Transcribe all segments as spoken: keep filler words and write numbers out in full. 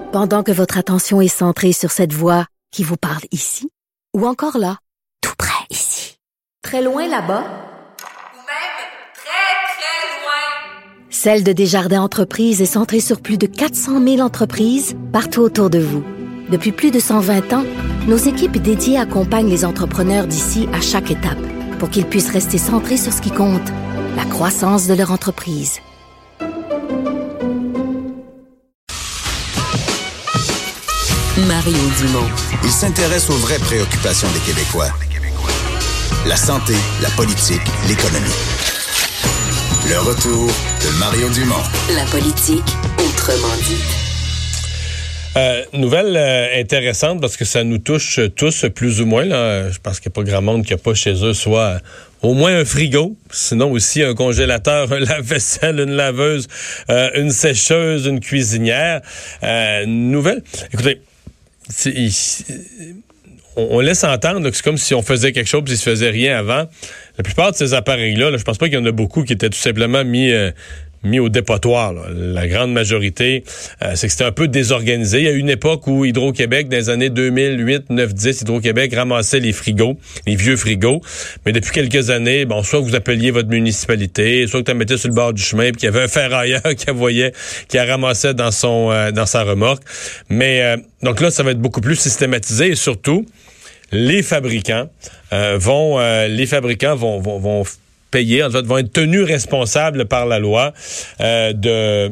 Pendant que votre attention est centrée sur cette voix qui vous parle ici, ou encore là, tout près ici, très loin là-bas, ou même très, très loin, Celle de Desjardins Entreprises est centrée sur plus de quatre cent mille entreprises partout autour de vous. Depuis plus de cent vingt ans, nos équipes dédiées accompagnent les entrepreneurs d'ici à chaque étape pour qu'ils puissent rester centrés sur ce qui compte, la croissance de leur entreprise. Mario Dumont. Il s'intéresse aux vraies préoccupations des Québécois. La santé, la politique, l'économie. Le retour de Mario Dumont. La politique, autrement dit. Euh, nouvelle euh, intéressante parce que ça nous touche tous plus ou moins. Là. Je pense qu'il n'y a pas grand monde qui n'a pas chez eux soit euh, au moins un frigo, sinon aussi un congélateur, un lave-vaisselle, une laveuse, euh, une sécheuse, une cuisinière. Euh, nouvelle. Écoutez, c'est, il, on, on laisse entendre que c'est comme si on faisait quelque chose et il se faisait rien avant. La plupart de ces appareils-là, là, je pense pas qu'il y en a beaucoup qui étaient tout simplement mis... Euh, mis au dépotoir. Là. La grande majorité, euh, c'est que c'était un peu désorganisé. Il y a eu une époque où Hydro-Québec, dans les années deux mille huit, neuf, dix, Hydro-Québec ramassait les frigos, les vieux frigos. Mais depuis quelques années, bon, soit vous appeliez votre municipalité, soit que tu la mettais sur le bord du chemin, puis qu'il y avait un ferrailleur qui voyait, qui la ramassait dans son, euh, dans sa remorque. Mais euh, donc là, ça va être beaucoup plus systématisé et surtout, les fabricants euh, vont, euh, les fabricants vont, vont, vont payer, en fait, vont être tenus responsables par la loi euh, de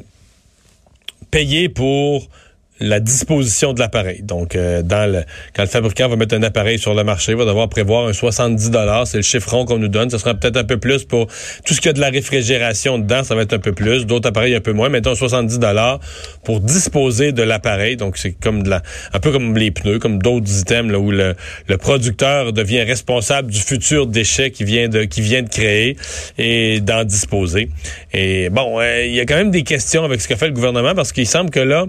payer pour la disposition de l'appareil. Donc, euh, dans le, quand le fabricant va mettre un appareil sur le marché, il va devoir prévoir un soixante-dix dollars. C'est le chiffron qu'on nous donne. Ce sera peut-être un peu plus pour tout ce qui a de la réfrigération dedans. Ça va être un peu plus. D'autres appareils un peu moins. Mettons soixante-dix dollars pour disposer de l'appareil. Donc, c'est comme de la, un peu comme les pneus, comme d'autres items là où le, le producteur devient responsable du futur déchet qu'il vient de, qu'il vient de créer et d'en disposer. Et bon, euh, il y a quand même des questions avec ce qu'a fait le gouvernement parce qu'il semble que là,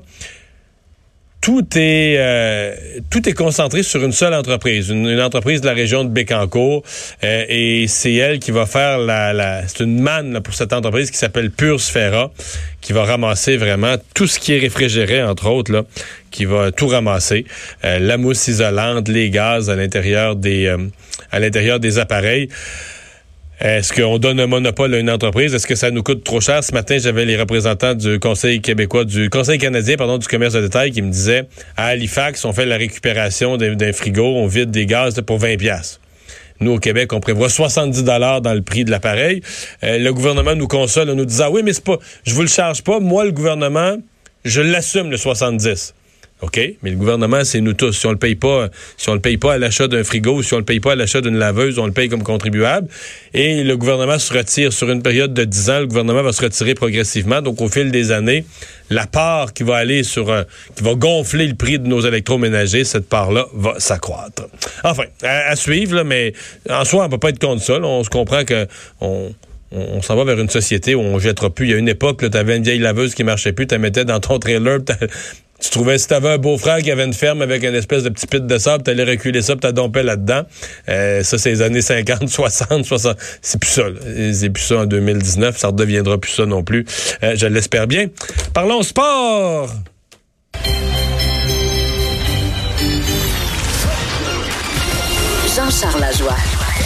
Tout est euh, tout est concentré sur une seule entreprise, une, une entreprise de la région de Bécancour, euh, et c'est elle qui va faire la, la c'est une manne là, pour cette entreprise qui s'appelle Pure Sphera, qui va ramasser vraiment tout ce qui est réfrigéré entre autres là, qui va tout ramasser, euh, la mousse isolante, les gaz à l'intérieur des euh, à l'intérieur des appareils. Est-ce qu'on donne un monopole à une entreprise? Est-ce que ça nous coûte trop cher? Ce matin, j'avais les représentants du Conseil québécois, du Conseil canadien, pardon, du commerce de détail qui me disaient, à Halifax, on fait la récupération d'un, d'un frigo, on vide des gaz là, pour vingt piastres. Nous, au Québec, on prévoit soixante-dix dollars dans le prix de l'appareil. Euh, le gouvernement nous console en nous disant, oui, mais c'est pas, je vous le charge pas. Moi, le gouvernement, je l'assume, le soixante-dix. OK, mais le gouvernement, c'est nous tous. Si on le paye pas, si on le paye pas à l'achat d'un frigo, si on le paye pas à l'achat d'une laveuse, on le paye comme contribuable. Et le gouvernement se retire sur une période de dix ans. Le gouvernement va se retirer progressivement. Donc, au fil des années, la part qui va aller sur, euh, qui va gonfler le prix de nos électroménagers, cette part-là va s'accroître. Enfin, à, à suivre, là, mais en soi, on peut pas être contre ça. Là. On se comprend que on, on, on s'en va vers une société où on jettera plus. Il y a une époque, tu avais une vieille laveuse qui marchait plus, tu la mettais dans ton trailer, tu trouvais, si t'avais un beau-frère qui avait une ferme avec une espèce de petit pit de sable, t'allais reculer ça, pis t'as dompé là-dedans. Euh, ça, c'est les années cinquante, soixante, soixante. C'est plus ça, là. C'est plus ça en deux mille dix-neuf. Ça redeviendra plus ça non plus. Euh, je l'espère bien. Parlons sport! Jean-Charles Lajoie.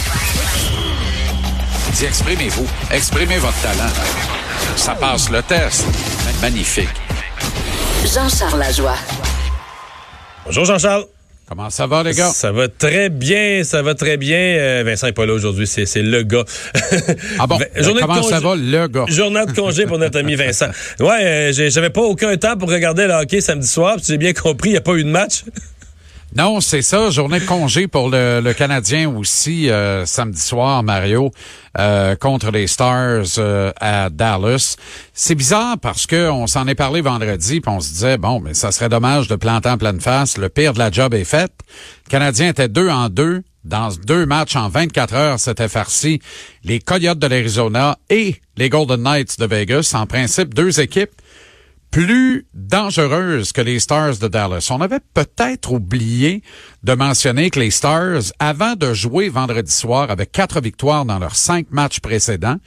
Dis, exprimez-vous. Exprimez votre talent. Ça passe le test. Magnifique. Jean-Charles Lajoie. Bonjour Jean-Charles. Comment ça va, les gars? Ça va très bien, ça va très bien. Euh, Vincent n'est pas là aujourd'hui, c'est, c'est le gars. Ah bon? Journée comment de congé, ça va, le gars? Journée de congé pour notre ami Vincent. Ouais, euh, j'avais pas aucun temps pour regarder le hockey samedi soir, puis tu as bien compris, il n'y a pas eu de match. Non, c'est ça, journée de congé pour le, le Canadien aussi, euh, samedi soir, Mario, euh, contre les Stars euh, à Dallas. C'est bizarre parce que on s'en est parlé vendredi, puis on se disait, bon, mais ça serait dommage de planter en pleine face. Le pire de la job est fait. Le Canadien était deux en deux. Dans deux matchs en vingt-quatre heures, c'était farci. Les Coyotes de l'Arizona et les Golden Knights de Vegas, en principe, deux équipes plus dangereuse que les Stars de Dallas. On avait peut-être oublié de mentionner que les Stars, avant de jouer vendredi soir avec quatre victoires dans leurs cinq matchs précédents,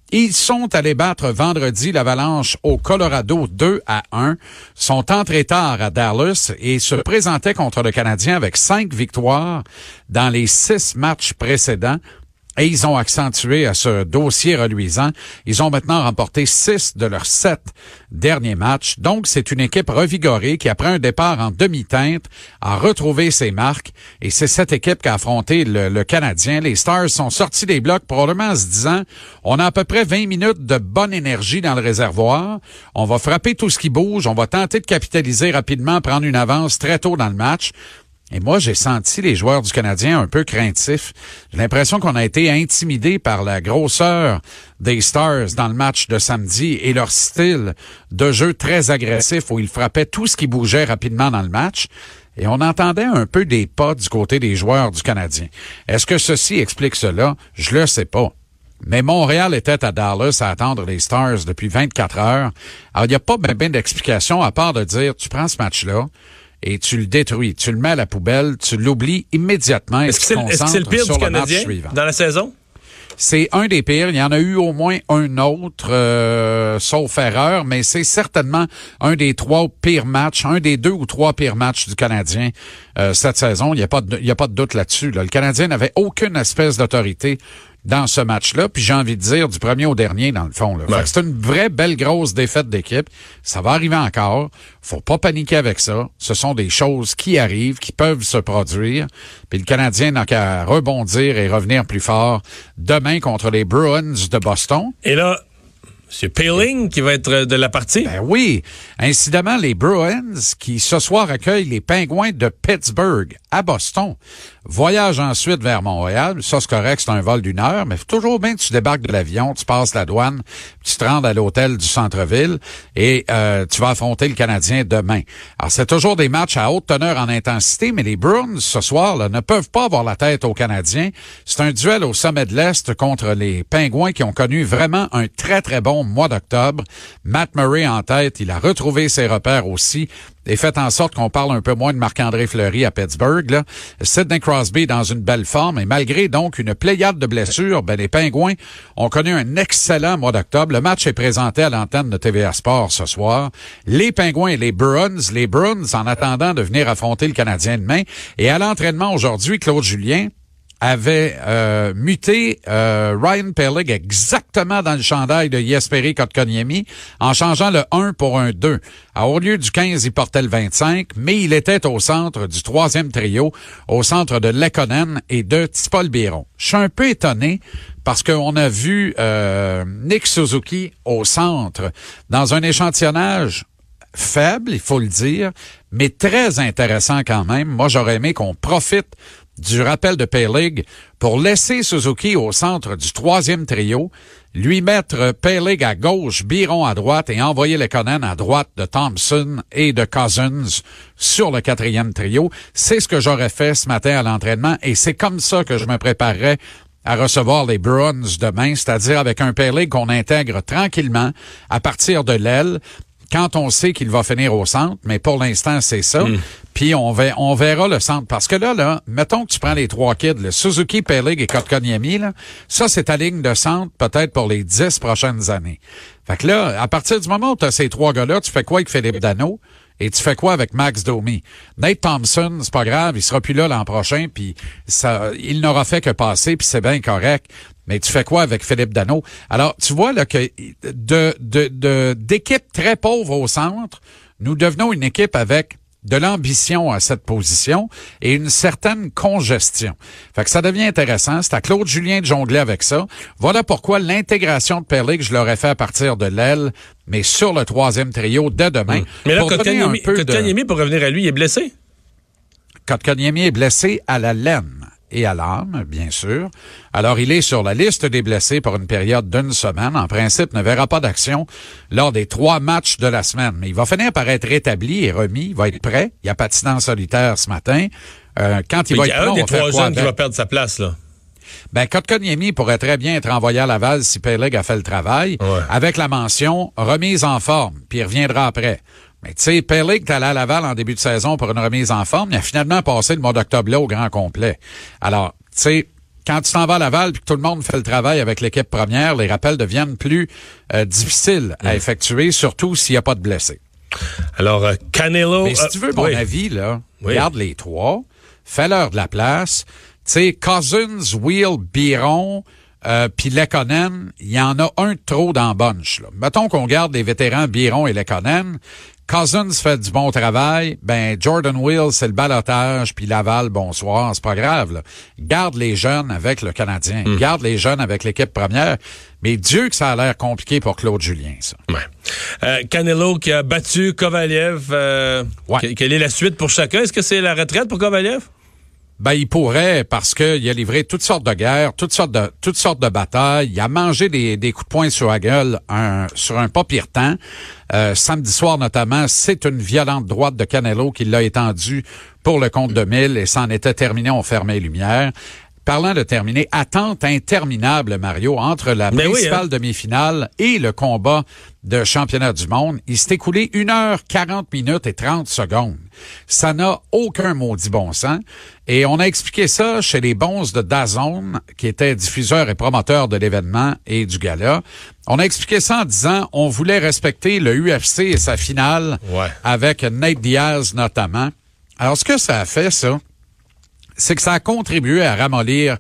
Ils sont allés battre vendredi l'Avalanche au Colorado deux à un, sont entrés tard à Dallas et se présentaient contre le Canadien avec cinq victoires dans les six matchs précédents. Et ils ont accentué à ce dossier reluisant. Ils ont maintenant remporté six de leurs sept derniers matchs. Donc, c'est une équipe revigorée qui, après un départ en demi-teinte, a retrouvé ses marques. Et c'est cette équipe qui a affronté le, le Canadien. Les Stars sont sortis des blocs probablement en se disant, on a à peu près vingt minutes de bonne énergie dans le réservoir. On va frapper tout ce qui bouge. On va tenter de capitaliser rapidement, prendre une avance très tôt dans le match. Et moi, j'ai senti les joueurs du Canadien un peu craintifs. J'ai l'impression qu'on a été intimidés par la grosseur des Stars dans le match de samedi et leur style de jeu très agressif où ils frappaient tout ce qui bougeait rapidement dans le match. Et on entendait un peu des pas du côté des joueurs du Canadien. Est-ce que ceci explique cela? Je le sais pas. Mais Montréal était à Dallas à attendre les Stars depuis vingt-quatre heures. Alors, il n'y a pas bien ben d'explication à part de dire, tu prends ce match-là, et tu le détruis, tu le mets à la poubelle, tu l'oublies immédiatement et est-ce tu que te c'est, est-ce que c'est le pire du Canadien dans la saison? C'est un des pires. Il y en a eu au moins un autre, euh, sauf erreur, mais c'est certainement un des trois pires matchs, un des deux ou trois pires matchs du Canadien euh, cette saison. Il n'y a pas de, il y a pas de doute là-dessus. Là. Le Canadien n'avait aucune espèce d'autorité dans ce match-là, puis j'ai envie de dire du premier au dernier, dans le fond. Là. Ouais. Fait que c'est une vraie belle grosse défaite d'équipe. Ça va arriver encore. Faut pas paniquer avec ça. Ce sont des choses qui arrivent, qui peuvent se produire. Puis le Canadien n'a qu'à rebondir et revenir plus fort demain contre les Bruins de Boston. Et là, c'est Poehling qui va être de la partie? Ben oui. Incidemment, les Bruins qui ce soir accueillent les Pingouins de Pittsburgh à Boston. Voyage ensuite vers Montréal. Ça, c'est correct, c'est un vol d'une heure, mais faut toujours bien que tu débarques de l'avion, tu passes la douane, tu te rends à l'hôtel du centre-ville et euh, tu vas affronter le Canadien demain. Alors, c'est toujours des matchs à haute teneur en intensité, mais les Bruins, ce soir, là, ne peuvent pas avoir la tête aux Canadiens. C'est un duel au sommet de l'Est contre les Pingouins qui ont connu vraiment un très, très bon mois d'octobre. Matt Murray en tête, il a retrouvé ses repères aussi et fait en sorte qu'on parle un peu moins de Marc-André Fleury à Pittsburgh. Là. Sidney Crosby dans une belle forme et malgré donc une pléiade de blessures, ben les Pingouins ont connu un excellent mois d'octobre. Le match est présenté à l'antenne de T V A Sport ce soir. Les Pingouins et les Bruins, les Bruins en attendant de venir affronter le Canadien demain. Et à l'entraînement aujourd'hui, Claude Julien avait euh, muté euh, Ryan Poehling exactement dans le chandail de Jesperi Kotkaniemi en changeant le un pour un deux. Alors, au lieu du quinze, il portait le vingt-cinq, mais il était au centre du troisième trio, au centre de Lekkonen et de Tipol Biron. Je suis un peu étonné parce qu'on a vu euh, Nick Suzuki au centre dans un échantillonnage faible, il faut le dire, mais très intéressant quand même. Moi, j'aurais aimé qu'on profite du rappel de Poehling pour laisser Suzuki au centre du troisième trio, lui mettre Poehling à gauche, Biron à droite et envoyer Lekkonen à droite de Thompson et de Cousins sur le quatrième trio. C'est ce que j'aurais fait ce matin à l'entraînement et c'est comme ça que je me préparerais à recevoir les Bruins demain, c'est-à-dire avec un Poehling qu'on intègre tranquillement à partir de l'aile, quand on sait qu'il va finir au centre, mais pour l'instant, c'est ça. Mm. Puis on, va, on verra le centre. Parce que là, là, mettons que tu prends les trois kids, le Suzuki, Poehling et Kotkaniemi, là, ça, c'est ta ligne de centre peut-être pour les dix prochaines années. Fait que là, à partir du moment où tu as ces trois gars-là, tu fais quoi avec Philippe Danault? Et tu fais quoi avec Max Domi? Nate Thompson, c'est pas grave, il sera plus là l'an prochain, puis ça, il n'aura fait que passer, puis c'est bien correct. Mais tu fais quoi avec Philippe Danault? Alors, tu vois là que de de de d'équipe très pauvre au centre, nous devenons une équipe avec de l'ambition à cette position et une certaine congestion. Fait que ça devient intéressant. C'est à Claude Julien de jongler avec ça. Voilà pourquoi l'intégration de Poehling, je l'aurais fait à partir de l'aile, mais sur le troisième trio dès demain. Mmh. Mais là, Kotkaniemi, Kotkaniemi, de... pour revenir à lui, il est blessé? Kotkaniemi est blessé à la laine et à l'âme, bien sûr. Alors, il est sur la liste des blessés pour une période d'une semaine. En principe, ne verra pas d'action lors des trois matchs de la semaine. Mais il va finir par être rétabli et remis. Il va être prêt. Il a patiné en solitaire ce matin. Euh, quand il Mais va il y être a prêt, un on des va faire trois quoi jeunes avec? qui va perdre sa place, là. Ben, Kotkaniemi pourrait très bien être envoyé à Laval si Poehling a fait le travail, ouais. avec la mention remise en forme, puis il reviendra après. Mais tu sais, Poehling est allé à Laval en début de saison pour une remise en forme. Il a finalement passé le mois d'octobre là au grand complet. Alors, tu sais, quand tu t'en vas à Laval puis que tout le monde fait le travail avec l'équipe première, les rappels deviennent plus euh, difficiles à mmh. effectuer, surtout s'il n'y a pas de blessés. Alors, euh, Canelo... Mais si tu veux euh, mon oui. avis, là, oui. garde les trois, fais-leur de la place. Tu sais, Cousins, Wheel, Biron, euh, puis Lekonen, il y en a un de trop dans le bunch. Là. Mettons qu'on garde les vétérans Biron et Lekonen. Cousins fait du bon travail, ben Jordan Wheel, c'est le balotage, puis Laval, bonsoir, c'est pas grave. Là. Garde les jeunes avec le Canadien, mm. garde les jeunes avec l'équipe première, mais Dieu que ça a l'air compliqué pour Claude Julien, ça. Ouais. Euh, Canelo qui a battu Kovalev, euh, ouais. quelle est la suite pour chacun? Est-ce que c'est la retraite pour Kovalev? Ben, il pourrait, parce qu'il a livré toutes sortes de guerres, toutes sortes de, toutes sortes de batailles. Il a mangé des, des coups de poing sur la gueule un, sur un pas pire temps. Euh, samedi soir, notamment, c'est une violente droite de Canelo qui l'a étendue pour le compte de mille et c'en était terminé, on fermait les lumières. Parlant de terminer, attente interminable, Mario, entre la Mais principale oui, hein? demi-finale et le combat de championnat du monde. Il s'est écoulé une heure quarante minutes et trente secondes. Ça n'a aucun maudit bon sens. Et on a expliqué ça chez les Bonzes de DAZN, qui étaient diffuseurs et promoteurs de l'événement et du gala. On a expliqué ça en disant on voulait respecter le U F C et sa finale ouais. avec Nate Diaz notamment. Alors, ce que ça a fait, ça, c'est que ça a contribué à ramollir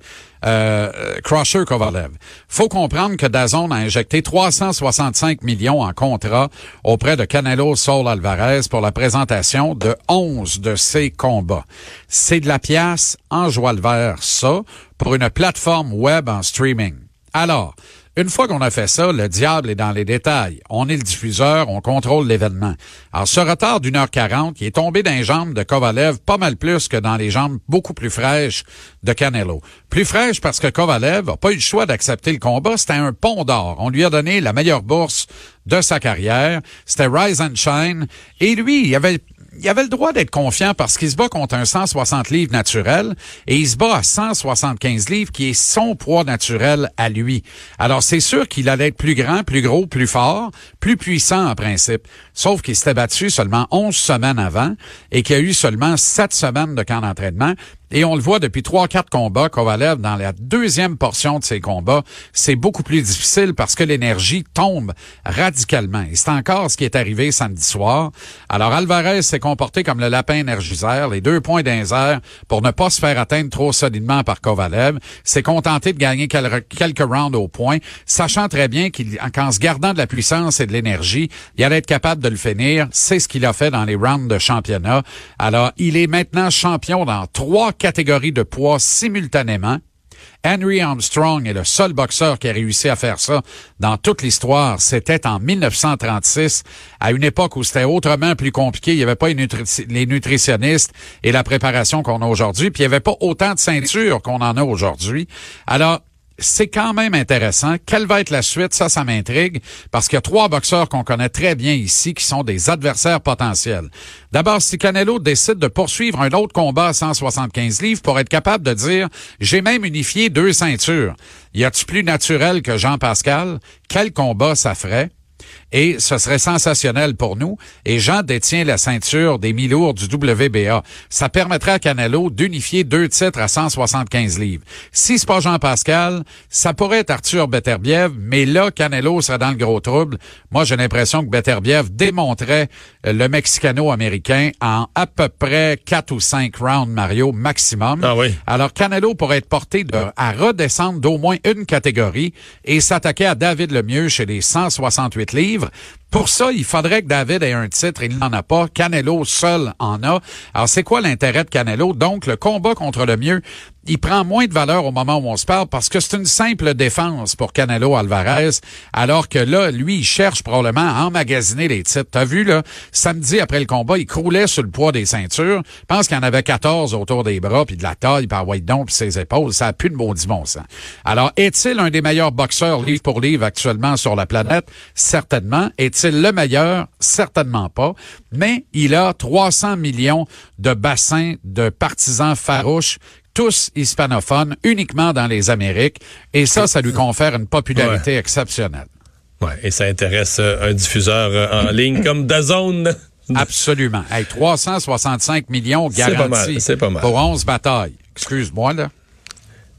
euh, Crusher Kovalev. Faut comprendre que DAZN a injecté trois cent soixante-cinq millions en contrat auprès de Canelo Saul Alvarez pour la présentation de onze de ses combats. C'est de la pièce en joie le vert, ça, pour une plateforme web en streaming. Alors, une fois qu'on a fait ça, le diable est dans les détails. On est le diffuseur, on contrôle l'événement. Alors, ce retard d'une heure quarante, qui est tombé dans les jambes de Kovalev pas mal plus que dans les jambes beaucoup plus fraîches de Canelo. Plus fraîche parce que Kovalev n'a pas eu le choix d'accepter le combat. C'était un pont d'or. On lui a donné la meilleure bourse de sa carrière. C'était Rise and Shine. Et lui, il avait... Il avait le droit d'être confiant parce qu'il se bat contre un cent soixante livres naturel et il se bat à cent soixante-quinze livres qui est son poids naturel à lui. Alors, c'est sûr qu'il allait être plus grand, plus gros, plus fort, plus puissant en principe. Sauf qu'il s'était battu seulement onze semaines avant et qu'il a eu seulement sept semaines de camp d'entraînement. Et on le voit depuis trois, quatre combats, Kovalev, dans la deuxième portion de ses combats, c'est beaucoup plus difficile parce que l'énergie tombe radicalement. Et c'est encore ce qui est arrivé samedi soir. Alors, Alvarez s'est comporté comme le lapin énergiseur, les deux points d'un air pour ne pas se faire atteindre trop solidement par Kovalev. S'est contenté de gagner quelques rounds au point, sachant très bien qu'en se gardant de la puissance et de l'énergie, il allait être capable de le finir. C'est ce qu'il a fait dans les rounds de championnat. Alors, il est maintenant champion dans trois catégories de poids simultanément. Henry Armstrong est le seul boxeur qui a réussi à faire ça dans toute l'histoire. C'était en mille neuf cent trente-six, à une époque où c'était autrement plus compliqué. Il n'y avait pas les, nutri- les nutritionnistes et la préparation qu'on a aujourd'hui, puis il n'y avait pas autant de ceintures qu'on en a aujourd'hui. Alors, c'est quand même intéressant. Quelle va être la suite? Ça, ça m'intrigue, parce qu'il y a trois boxeurs qu'on connaît très bien ici qui sont des adversaires potentiels. D'abord, si Canelo décide de poursuivre un autre combat à cent soixante-quinze livres pour être capable de dire « j'ai même unifié deux ceintures », y a-t-il plus naturel que Jean-Pascal? Quel combat ça ferait? Et ce serait sensationnel pour nous. Et Jean détient la ceinture des mi-lourds du W B A. Ça permettrait à Canelo d'unifier deux titres à cent soixante-quinze livres. Si c'est pas Jean-Pascal, ça pourrait être Arthur Beterbiev, mais là, Canelo serait dans le gros trouble. Moi, j'ai l'impression que Beterbiev démontrait le Mexicano-américain en à peu près quatre ou cinq rounds, Mario, maximum. Ah oui. Alors, Canelo pourrait être porté de, à redescendre d'au moins une catégorie et s'attaquer à David Lemieux chez les cent soixante-huit livres. Pour ça, il faudrait que David ait un titre. Il n'en a pas. Canelo seul en a. Alors, c'est quoi l'intérêt de Canelo? Donc, le combat contre Lemieux, il prend moins de valeur au moment où on se parle parce que c'est une simple défense pour Canelo Alvarez, alors que là, lui, il cherche probablement à emmagasiner les titres. T'as vu, là, samedi après le combat, il croulait sur le poids des ceintures. Je pense qu'il y en avait quatorze autour des bras, puis de la taille, par White Don, puis ses épaules. Ça a plus de maudit bon sens. Alors, est-il un des meilleurs boxeurs livre pour livre actuellement sur la planète? Certainement. Est-il le meilleur? Certainement pas. Mais il a trois cents millions de bassins de partisans farouches, tous hispanophones, uniquement dans les Amériques. Et ça, ça lui confère une popularité ouais. exceptionnelle. Ouais, et ça intéresse euh, un diffuseur euh, en ligne comme DAZN. Absolument. Hey, trois cent soixante-cinq millions garantis c'est pas mal, c'est pas mal. pour onze batailles. Excuse-moi, là.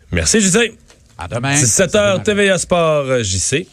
Merci, J C. À demain. dix-sept heures, T V A Sport, J C.